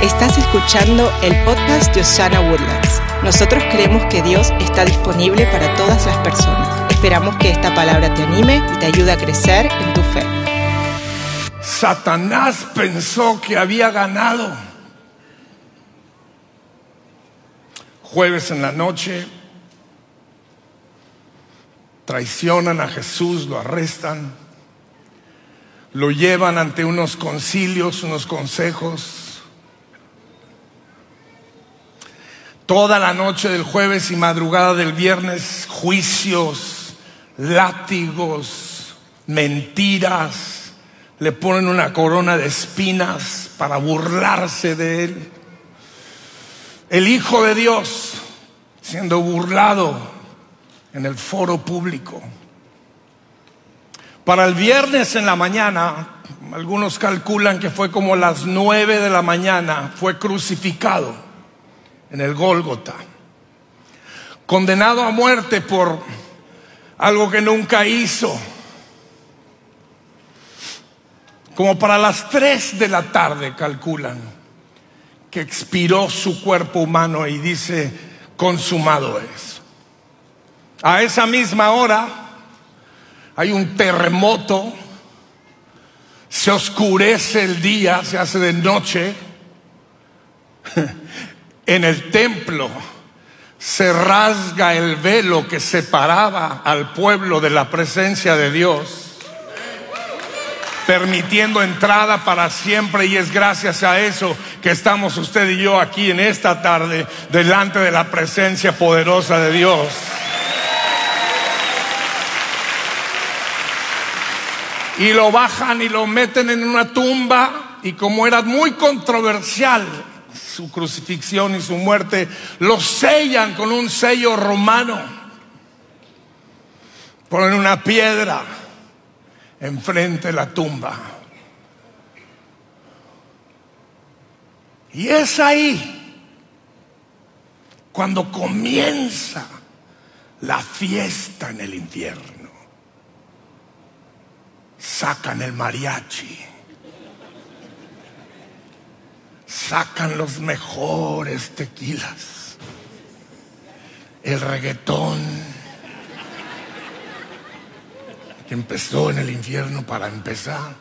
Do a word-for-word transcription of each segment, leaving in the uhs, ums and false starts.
Estás escuchando el podcast de Osana Woodlands. Nosotros creemos que Dios está disponible para todas las personas. Esperamos que esta palabra te anime y te ayude a crecer en tu fe. Satanás pensó que había ganado. Jueves en la noche, traicionan a Jesús, lo arrestan, lo llevan ante unos concilios, unos consejos. Toda la noche del jueves y madrugada del viernes, juicios, látigos, mentiras. Le ponen una corona de espinas para burlarse de él. El Hijo de Dios siendo burlado en el foro público. Para el viernes en la mañana, algunos calculan que fue como las nueve de la mañana, fue crucificado en el Gólgota, condenado a muerte por algo que nunca hizo. Como para las tres de la tarde calculan que expiró su cuerpo humano y dice: consumado es. A esa misma hora hay un terremoto, se oscurece el día, se hace de noche. En el templo se rasga el velo que separaba al pueblo de la presencia de Dios, permitiendo entrada para siempre, y es gracias a eso que estamos usted y yo aquí en esta tarde delante de la presencia poderosa de Dios. Y lo bajan y lo meten en una tumba, y como era muy controversial su crucifixión y su muerte, lo sellan con un sello romano. Ponen una piedra enfrente de la tumba. Y es ahí cuando comienza la fiesta en el infierno. Sacan el mariachi, sacan los mejores tequilas, el reggaetón que empezó en el infierno para empezar.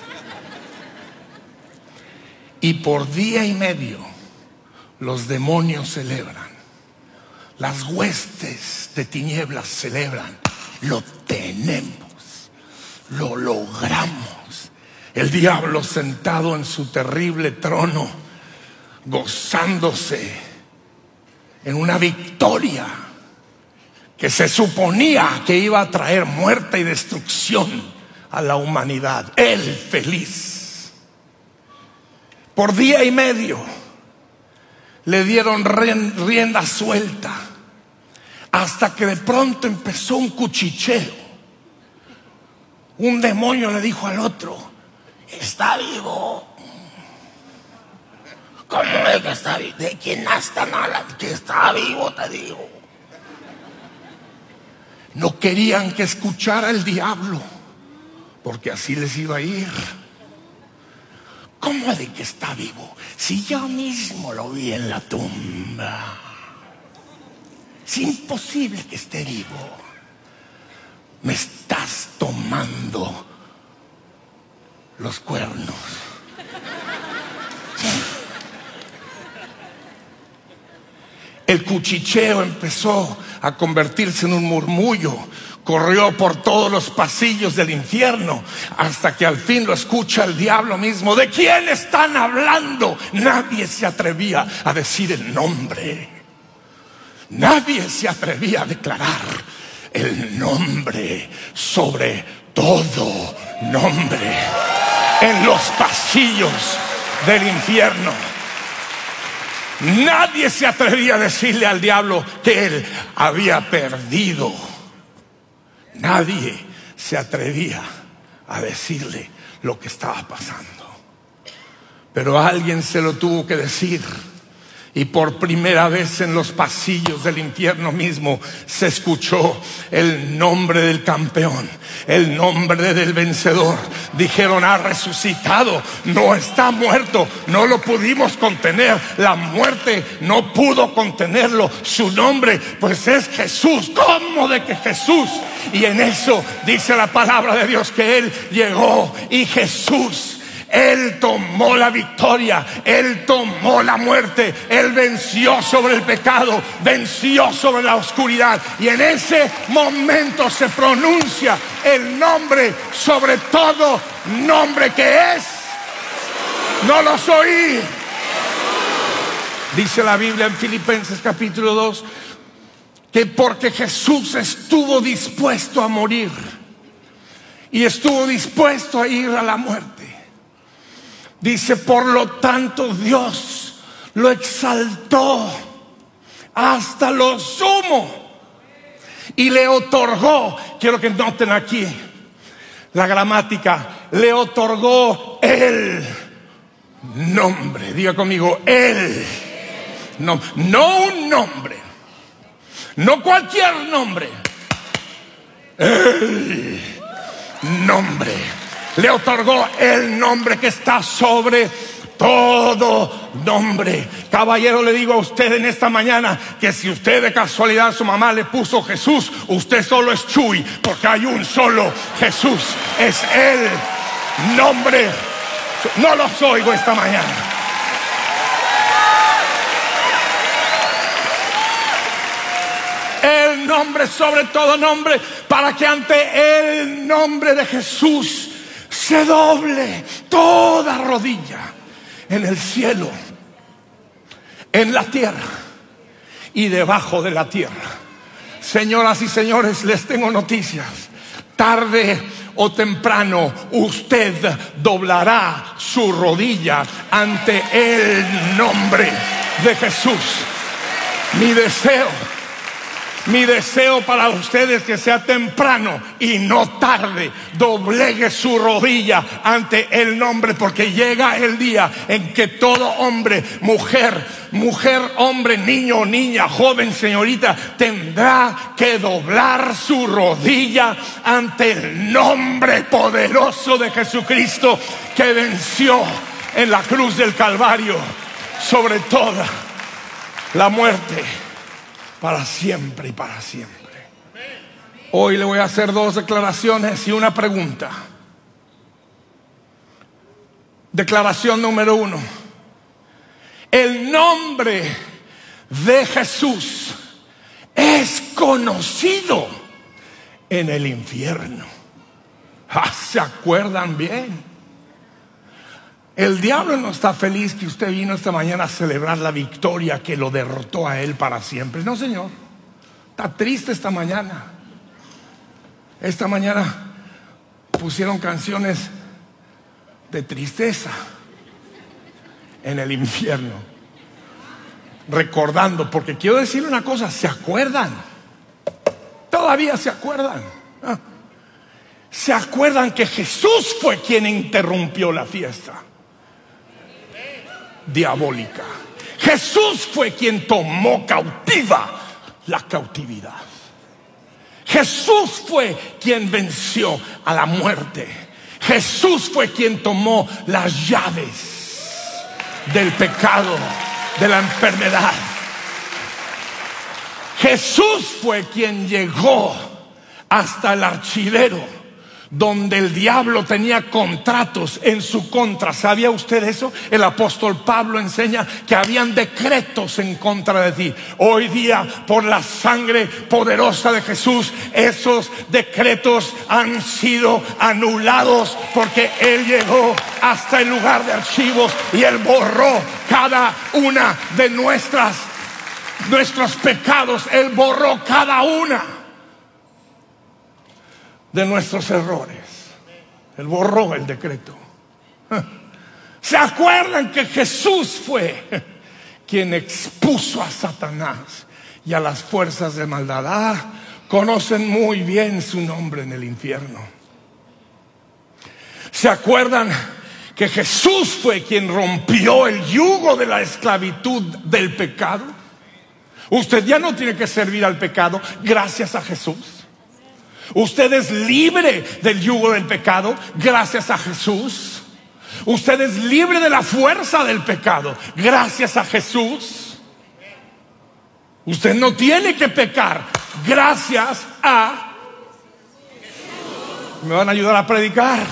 Y por día y medio los demonios celebran, las huestes de tinieblas celebran: lo tenemos, lo logramos. El diablo sentado en su terrible trono, gozándose en una victoria que se suponía que iba a traer muerte y destrucción a la humanidad. Él feliz. Por día y medio le dieron rienda suelta, hasta que de pronto empezó un cuchicheo. Un demonio le dijo al otro: está vivo. ¿Cómo es que está vivo? ¿De quién están hablando? Que está vivo, te digo. No querían que escuchara el diablo, porque así les iba a ir. ¿Cómo de que está vivo? Si yo mismo lo vi en la tumba. Es imposible que esté vivo. Me estás tomando los cuernos. El cuchicheo empezó a convertirse en un murmullo. Corrió por todos los pasillos del infierno, hasta que al fin lo escucha el diablo mismo. ¿De quién están hablando? Nadie se atrevía a decir el nombre. Nadie se atrevía a declarar el nombre sobre todo nombre en los pasillos del infierno. Nadie se atrevía a decirle al diablo que él había perdido. Nadie se atrevía a decirle lo que estaba pasando. Pero alguien se lo tuvo que decir, Y por primera vez en los pasillos del infierno mismo se escuchó el nombre del campeón, el nombre del vencedor. Dijeron: ha resucitado, no está muerto. No lo pudimos contener, la muerte no pudo contenerlo. Su nombre pues es Jesús. ¿Cómo de que Jesús? Y en eso dice la palabra de Dios que Él llegó y Jesús, Él tomó la victoria, Él tomó la muerte, Él venció sobre el pecado, venció sobre la oscuridad. Y en ese momento se pronuncia el nombre sobre todo nombre, que es, no los oí. Dice la Biblia en Filipenses capítulo dos, que porque Jesús estuvo dispuesto a morir y estuvo dispuesto a ir a la muerte, dice, por lo tanto Dios lo exaltó hasta lo sumo y le otorgó, quiero que noten aquí la gramática, le otorgó el nombre. Diga conmigo, el nombre, no un nombre, no cualquier nombre, el nombre. Le otorgó el nombre que está sobre todo nombre. Caballero, le digo a usted en esta mañana que si usted de casualidad su mamá le puso Jesús, usted solo es Chuy, porque hay un solo Jesús. Es el nombre. No los oigo esta mañana. El nombre sobre todo nombre, para que ante el nombre de Jesús se doble toda rodilla, en el cielo, en la tierra y debajo de la tierra. Señoras y señores, les tengo noticias. Tarde o temprano usted doblará su rodilla ante el nombre de Jesús. Mi deseo Mi deseo para ustedes es que sea temprano y no tarde. Doblegue su rodilla ante el nombre, porque llega el día en que todo hombre, mujer, mujer, hombre, niño, niña, joven, señorita, tendrá que doblar su rodilla ante el nombre poderoso de Jesucristo, que venció en la cruz del Calvario sobre toda la muerte, para siempre y para siempre. Hoy le voy a hacer dos declaraciones y una pregunta. Declaración número uno: el nombre de Jesús es conocido en el infierno. Ah, ¿se acuerdan bien? El diablo no está feliz que usted vino esta mañana a celebrar la victoria que lo derrotó a él para siempre. No, señor. Está triste esta mañana. Esta mañana pusieron canciones de tristeza en el infierno, recordando, porque quiero decirle una cosa: ¿se acuerdan? Todavía se acuerdan. ¿Ah? ¿Se acuerdan que Jesús fue quien interrumpió la fiesta diabólica? Jesús fue quien tomó cautiva la cautividad. Jesús fue quien venció a la muerte. Jesús fue quien tomó las llaves del pecado, de la enfermedad. Jesús fue quien llegó hasta el archivero, donde el diablo tenía contratos en su contra. ¿Sabía usted eso? El apóstol Pablo enseña que habían decretos en contra de ti. Hoy día, por la sangre poderosa de Jesús, esos decretos han sido anulados, porque Él llegó hasta el lugar de archivos y Él borró cada una de nuestras nuestros pecados. Él borró cada una de nuestros errores. Él borró el decreto. ¿Se acuerdan que Jesús fue quien expuso a Satanás y a las fuerzas de maldad? Ah, conocen muy bien su nombre en el infierno. ¿Se acuerdan que que Jesús fue quien rompió el yugo de la esclavitud del pecado. Usted ya no tiene que servir al pecado gracias a Jesús. Usted es libre del yugo del pecado gracias a Jesús. Usted es libre de la fuerza del pecado gracias a Jesús. Usted no tiene que pecar gracias a Jesús. Me van a ayudar a predicar.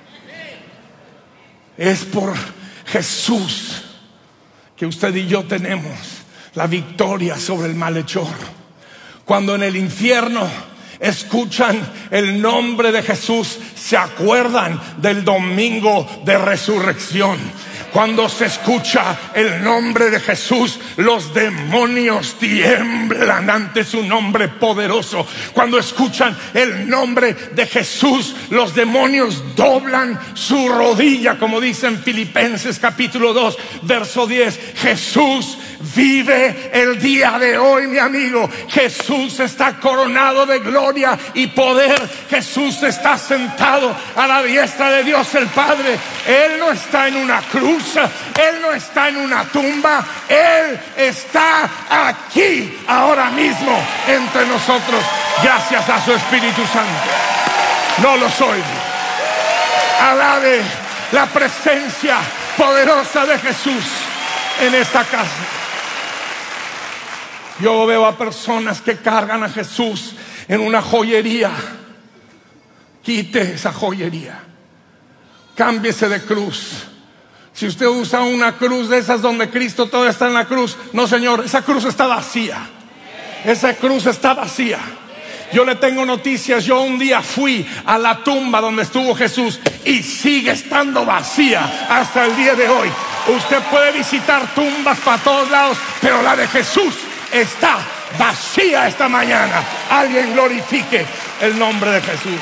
Es por Jesús que usted y yo tenemos la victoria sobre el malhechor. Cuando en el infierno escuchan el nombre de Jesús, se acuerdan del domingo de resurrección. Cuando se escucha el nombre de Jesús, los demonios tiemblan ante su nombre poderoso. Cuando escuchan el nombre de Jesús, los demonios doblan su rodilla, como dice en Filipenses capítulo dos, verso diez. Jesús vive el día de hoy, mi amigo. Jesús está coronado de gloria y poder. Jesús está sentado a la diestra de Dios el Padre. Él no está en una cruz, Él no está en una tumba. Él está aquí ahora mismo entre nosotros, gracias a su Espíritu Santo. No lo soy. Alabe la presencia poderosa de Jesús en esta casa. Yo veo a personas que cargan a Jesús en una joyería. Quite esa joyería. Cámbiese de cruz. Si usted usa una cruz de esas donde Cristo todo está en la cruz, no, señor, esa cruz está vacía. Esa cruz está vacía. Yo le tengo noticias. Yo un día fui a la tumba donde estuvo Jesús y sigue estando vacía hasta el día de hoy. Usted puede visitar tumbas para todos lados, pero la de Jesús está vacía esta mañana. Alguien glorifique el nombre de Jesús.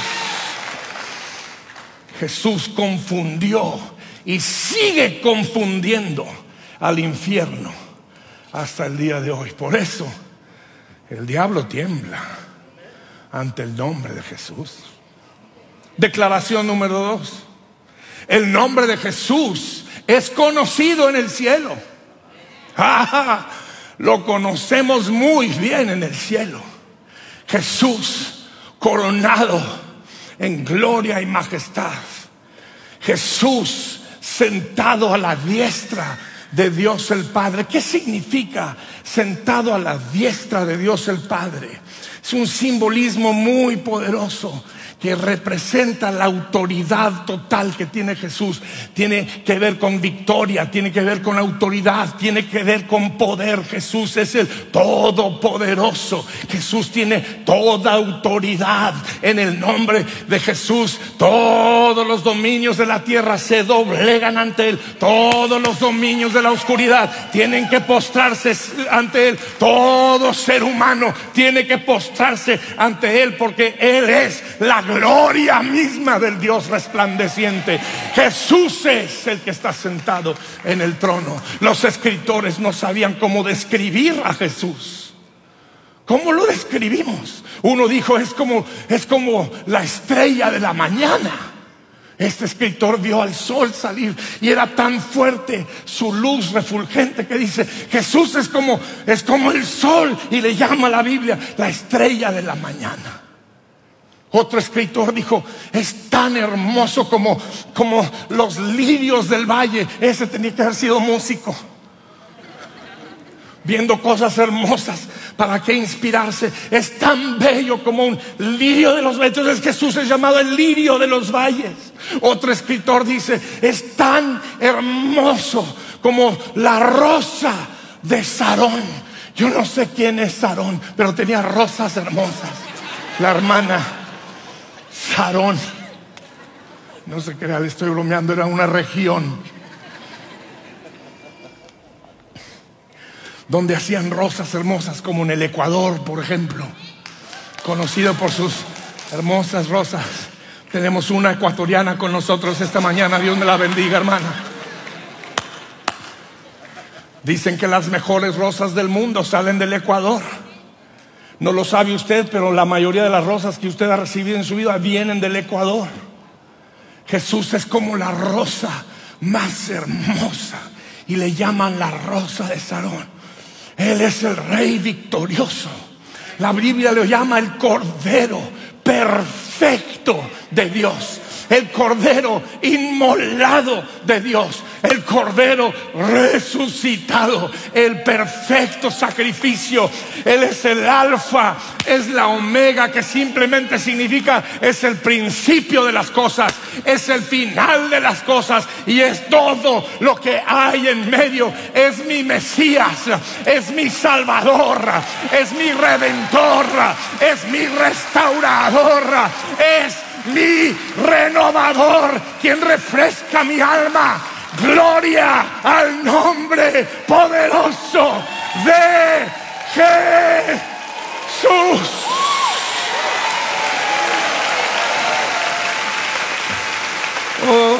Jesús confundió y sigue confundiendo al infierno hasta el día de hoy. Por eso el diablo tiembla ante el nombre de Jesús. Declaración número dos. El nombre de Jesús es conocido en el cielo. ¡Ah! Lo conocemos muy bien en el cielo. Jesús coronado en gloria y majestad. Jesús sentado a la diestra de Dios el Padre. ¿Qué significa sentado a la diestra de Dios el Padre? Es un simbolismo muy poderoso que representa la autoridad total que tiene Jesús. Tiene que ver con victoria, tiene que ver con autoridad, tiene que ver con poder. Jesús es el todopoderoso. Jesús tiene toda autoridad. En el nombre de Jesús, todos los dominios de la tierra se doblegan ante Él. Todos los dominios de la oscuridad tienen que postrarse ante Él. Todo ser humano tiene que postrarse ante Él, porque Él es la gloria misma del Dios resplandeciente. Jesús es el que está sentado en el trono. Los escritores no sabían cómo describir a Jesús. ¿Cómo lo describimos? Uno dijo, es como, es como la estrella de la mañana. Este escritor vio al sol salir y era tan fuerte su luz refulgente que dice, Jesús es como, es como el sol, y le llama a la Biblia la estrella de la mañana. Otro escritor dijo, es tan hermoso como, como los lirios del valle. Ese tenía que haber sido músico, viendo cosas hermosas. ¿Para qué inspirarse? Es tan bello como un lirio de los valles. Entonces Jesús es llamado el lirio de los valles. Otro escritor dice, es tan hermoso como la rosa de Sarón. Yo no sé quién es Sarón, pero tenía rosas hermosas. La hermana Sarón, no se crea, le estoy bromeando, era una región donde hacían rosas hermosas, como en el Ecuador, por ejemplo, conocido por sus hermosas rosas. Tenemos una ecuatoriana con nosotros esta mañana. Dios me la bendiga, hermana. Dicen que las mejores rosas del mundo salen del Ecuador. No lo sabe usted, pero la mayoría de las rosas que usted ha recibido en su vida vienen del Ecuador. Jesús es como la rosa más hermosa y le llaman la rosa de Sarón. Él es el rey victorioso. La Biblia lo llama el Cordero perfecto de Dios, el Cordero inmolado de Dios, el Cordero resucitado, el perfecto sacrificio. Él es el alfa, es la omega, que simplemente significa es el principio de las cosas, es el final de las cosas y es todo lo que hay en medio. Es mi Mesías, es mi Salvador, es mi Redentor, es mi restaurador, es mi renovador, quien refresca mi alma. Gloria al nombre poderoso de Jesús. Oh,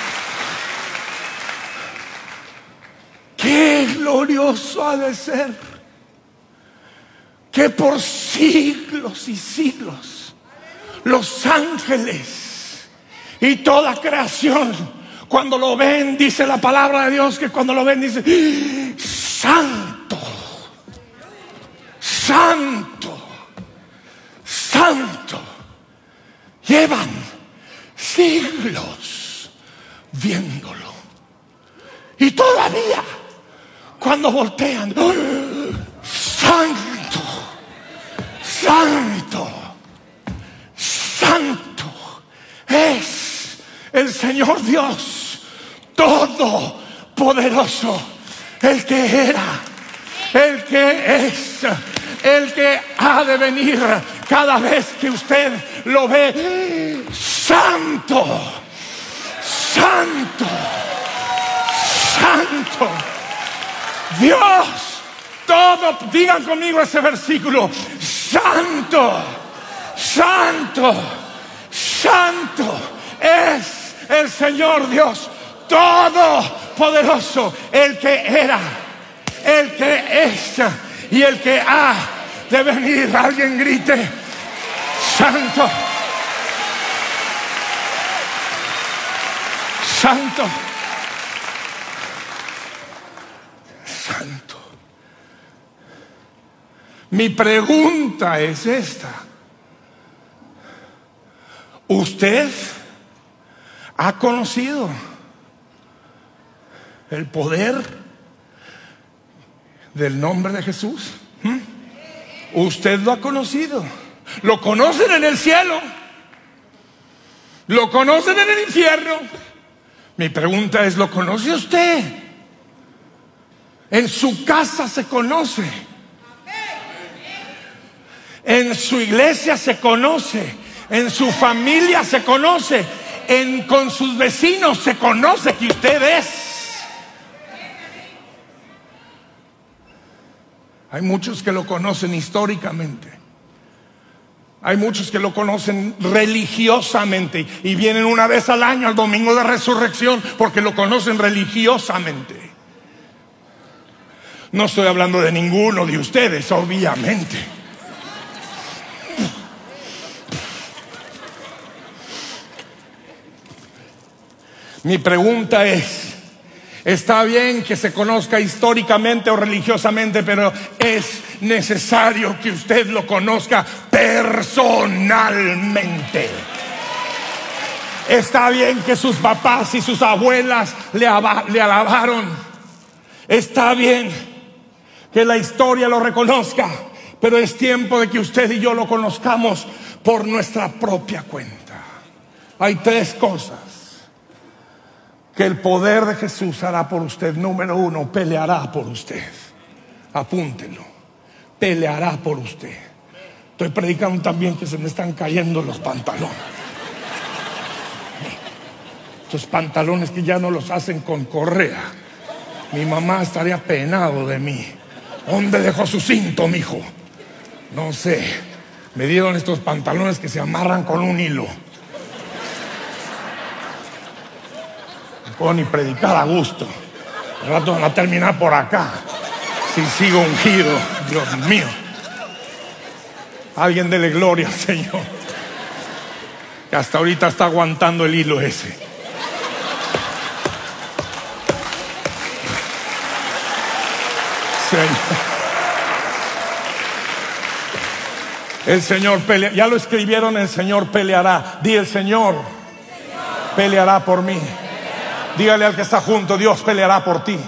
qué glorioso ha de ser que por siglos y siglos los ángeles y toda creación, cuando lo ven, dice la palabra de Dios, que cuando lo ven dice: santo, santo, santo. Llevan siglos viéndolo y todavía cuando voltean: santo, santo, santo es el Señor Dios Todopoderoso, el que era, el que es, el que ha de venir. Cada vez que usted lo ve, santo, santo, santo, Dios todo. Digan conmigo ese versículo: santo, santo, santo es el Señor Dios Todopoderoso, el que era, el que es y el que ha de venir. Alguien grite: santo, santo, santo. Mi pregunta es esta: ¿usted ha conocido el poder del nombre de Jesús? ¿Mm? Usted lo ha conocido. Lo conocen en el cielo, lo conocen en el infierno. Mi pregunta es: ¿lo conoce usted? En su casa se conoce, en su iglesia se conoce, en su familia se conoce, en, con sus vecinos se conoce que usted es. Hay muchos que lo conocen históricamente, hay muchos que lo conocen religiosamente y vienen una vez al año al domingo de resurrección porque lo conocen religiosamente. No estoy hablando de ninguno de ustedes, obviamente. Mi pregunta es: está bien que se conozca históricamente o religiosamente, pero es necesario que usted lo conozca personalmente. Está bien que sus papás y sus abuelas le, le alabaron. Está bien que la historia lo reconozca, pero es tiempo de que usted y yo lo conozcamos por nuestra propia cuenta. Hay tres cosas que el poder de Jesús hará por usted. Número uno, peleará por usted. Apúntelo: peleará por usted. Estoy predicando también que se me están cayendo los pantalones. Estos pantalones que ya no los hacen con correa. Mi mamá estaría penado de mí. ¿Dónde dejó su cinto, mijo? No sé. Me dieron estos pantalones que se amarran con un hilo. No puedo ni predicar a gusto. Al rato van a terminar por acá si sigo ungido. Dios mío. Alguien dele gloria al Señor, que hasta ahorita está aguantando el hilo ese. Señor. El Señor pelea. Ya lo escribieron, el Señor peleará. Di, el Señor peleará por mí. Dígale al que está junto, Dios peleará por ti.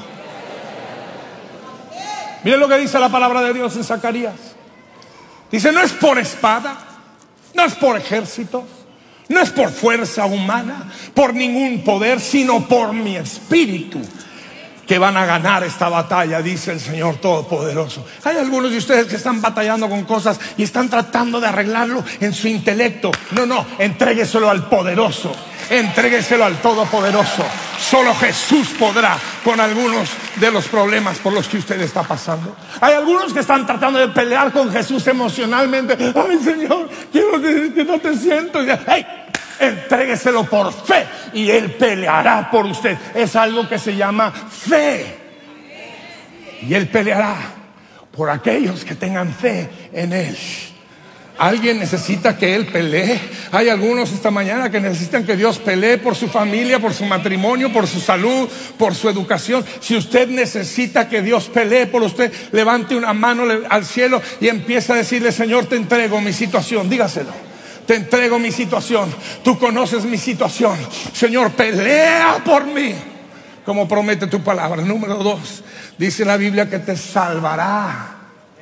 Miren lo que dice la palabra de Dios en Zacarías. Dice, no es por espada, no es por ejércitos, no es por fuerza humana, por ningún poder, sino por mi espíritu, que van a ganar esta batalla, dice el Señor Todopoderoso. Hay algunos de ustedes que están batallando con cosas y están tratando de arreglarlo en su intelecto. No, no, entrégueselo al poderoso, entrégueselo al Todopoderoso. Solo Jesús podrá con algunos de los problemas por los que usted está pasando. Hay algunos que están tratando de pelear con Jesús emocionalmente. Ay, Señor, quiero decir que no te siento. ¡Hey! Entrégueselo por fe y Él peleará por usted. Es algo que se llama fe. Y Él peleará por aquellos que tengan fe en Él. ¿Alguien necesita que Él pelee? Hay algunos esta mañana que necesitan que Dios pelee por su familia, por su matrimonio, por su salud, por su educación. Si usted necesita que Dios pelee por usted, levante una mano al cielo y empiece a decirle, Señor, te entrego mi situación. Dígaselo. Te entrego mi situación. Tú conoces mi situación. Señor, pelea por mí, como promete tu palabra. Número dos, dice la Biblia que te salvará.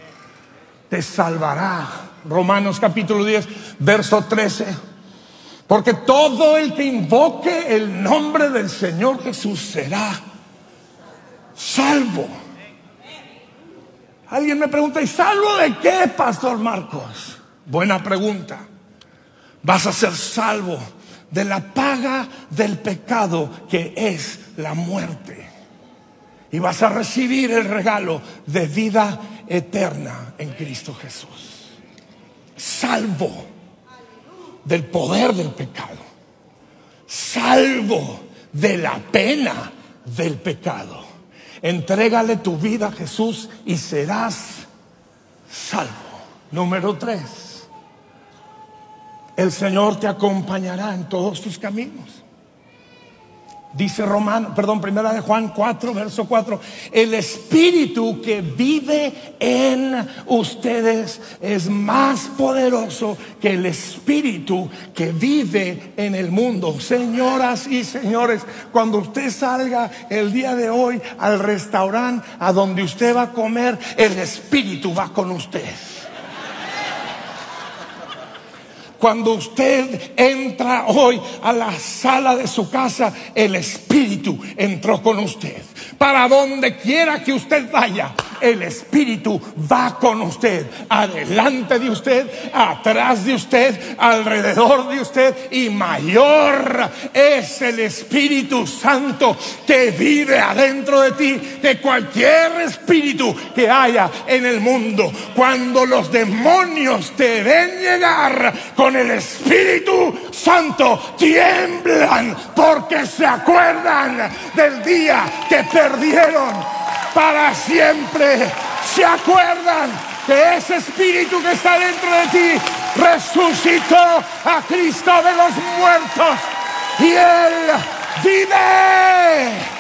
Te salvará. Romanos capítulo diez, verso trece. Porque todo el que invoque el nombre del Señor Jesús será salvo. Alguien me pregunta, ¿y salvo de qué, Pastor Marcos? Buena pregunta. Vas a ser salvo de la paga del pecado, que es la muerte. Y vas a recibir el regalo de vida eterna en Cristo Jesús. Salvo del poder del pecado. Salvo de la pena del pecado. Entrégale tu vida a Jesús y serás salvo. Número tres. El Señor te acompañará en todos tus caminos. Dice Romano, perdón, primera de Juan cuatro, verso cuatro. El Espíritu que vive en ustedes es más poderoso que el Espíritu que vive en el mundo. Señoras y señores, cuando usted salga el día de hoy al restaurante a donde usted va a comer, el Espíritu va con usted. Cuando usted entra hoy a la sala de su casa, el Espíritu entró con usted. Para donde quiera que usted vaya, el Espíritu va con usted. Adelante de usted, atrás de usted, alrededor de usted. Y mayor es el Espíritu Santo que vive adentro de ti que cualquier espíritu que haya en el mundo. Cuando los demonios te ven llegar con el Espíritu Santo, tiemblan porque se acuerdan del día que perdieron para siempre. Se acuerdan que ese espíritu que está dentro de ti resucitó a Cristo de los muertos y Él vive.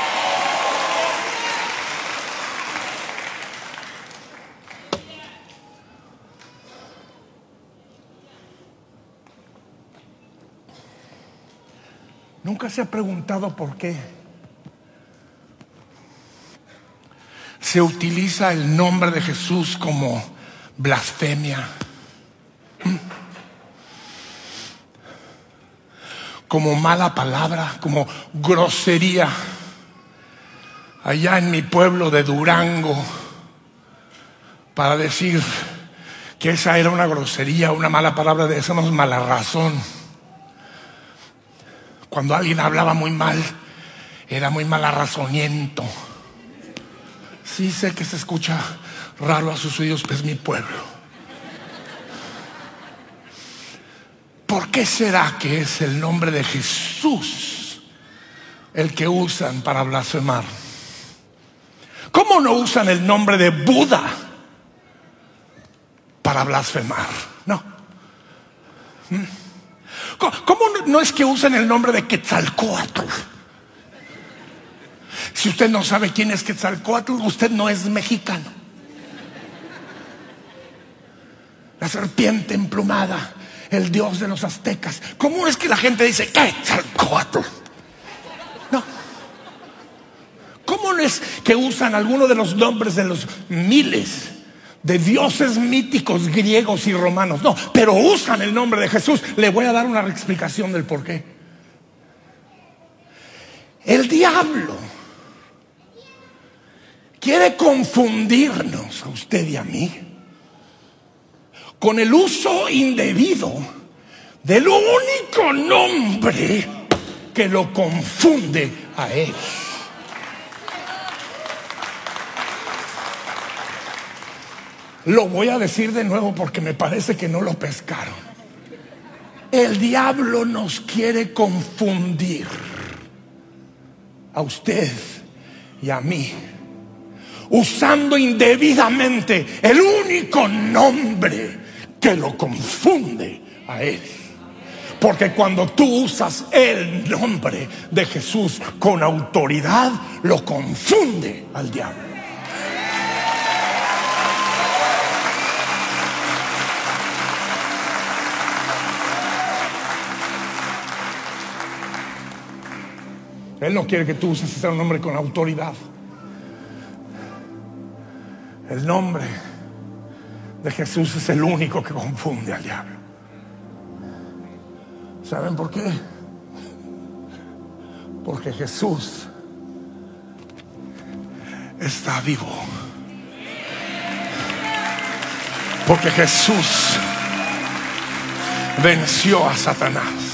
¿Nunca se ha preguntado por qué se utiliza el nombre de Jesús como blasfemia? Como mala palabra, como grosería. Allá en mi pueblo de Durango, para decir que esa era una grosería, una mala palabra, decíamos mala razón. Cuando alguien hablaba muy mal, era muy malarrazoniento. Sí sé que se escucha raro a sus oídos, pero es mi pueblo. ¿Por qué será que es el nombre de Jesús el que usan para blasfemar? ¿Cómo no usan el nombre de Buda para blasfemar? No. ¿Mm? ¿Cómo no es que usan el nombre de Quetzalcóatl? Si usted no sabe quién es Quetzalcóatl, usted no es mexicano. La serpiente emplumada, el dios de los aztecas. ¿Cómo es que la gente dice Quetzalcóatl? No. ¿Cómo es que usan algunos de los nombres de los miles de dioses míticos griegos y romanos? No, pero usan el nombre de Jesús. Le voy a dar una explicación del por qué. El diablo quiere confundirnos a usted y a mí con el uso indebido del único nombre que lo confunde a él. Lo voy a decir de nuevo porque me parece que no lo pescaron. El diablo nos quiere confundir a usted y a mí, usando indebidamente el único nombre que lo confunde a él. Porque cuando tú usas el nombre de Jesús con autoridad, lo confunde al diablo. Él no quiere que tú uses ese nombre con autoridad. El nombre de Jesús es el único que confunde al diablo. ¿Saben por qué? Porque Jesús está vivo. Porque Jesús venció a Satanás.